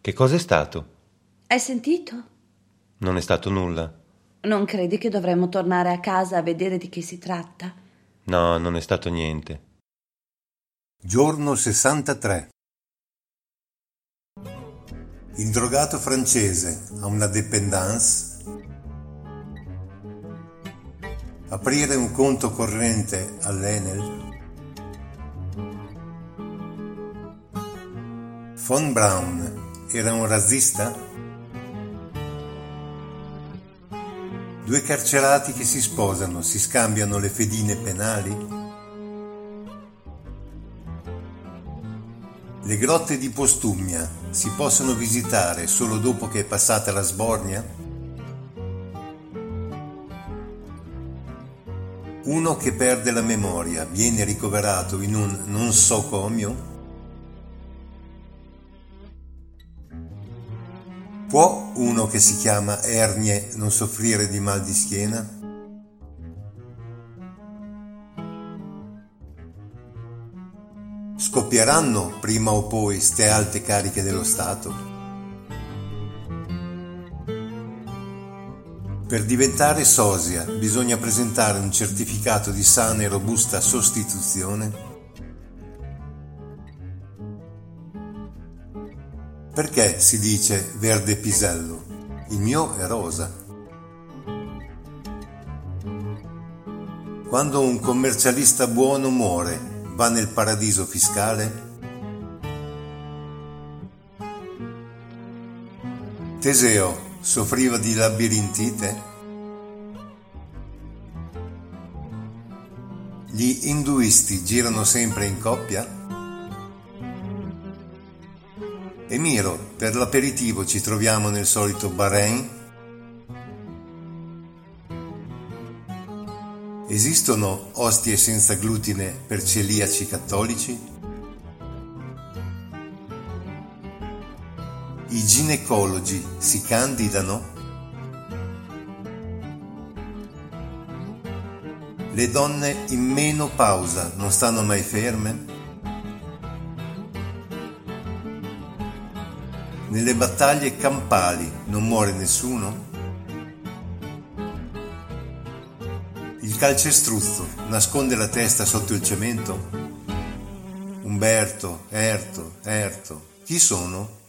Che cosa è stato? Hai sentito? Non è stato nulla. Non credi che dovremmo tornare a casa a vedere di che si tratta? No, non è stato niente. Giorno 63. Il drogato francese ha una dépendance. Aprire un conto corrente all'Enel. Von Braun era un razzista? Due carcerati che si sposano, si scambiano le fedine penali? Le grotte di Postumia si possono visitare solo dopo che è passata la sbornia? Uno che perde la memoria viene ricoverato in un nosocomio? Può uno che si chiama ernie non soffrire di mal di schiena? Scoppieranno prima o poi ste alte cariche dello Stato? Per diventare sosia bisogna presentare un certificato di sana e robusta sostituzione? Perché si dice verde pisello? Il mio è rosa. Quando un commercialista buono muore, va nel paradiso fiscale? Teseo soffriva di labirintite? Gli induisti girano sempre in coppia? Emiro, per l'aperitivo ci troviamo nel solito Bahrein? Esistono ostie senza glutine per celiaci cattolici? I ginecologi si candidano? Le donne in menopausa non stanno mai ferme? Nelle battaglie campali non muore nessuno? Il calcestruzzo nasconde la testa sotto il cemento? Umberto, Erto, chi sono?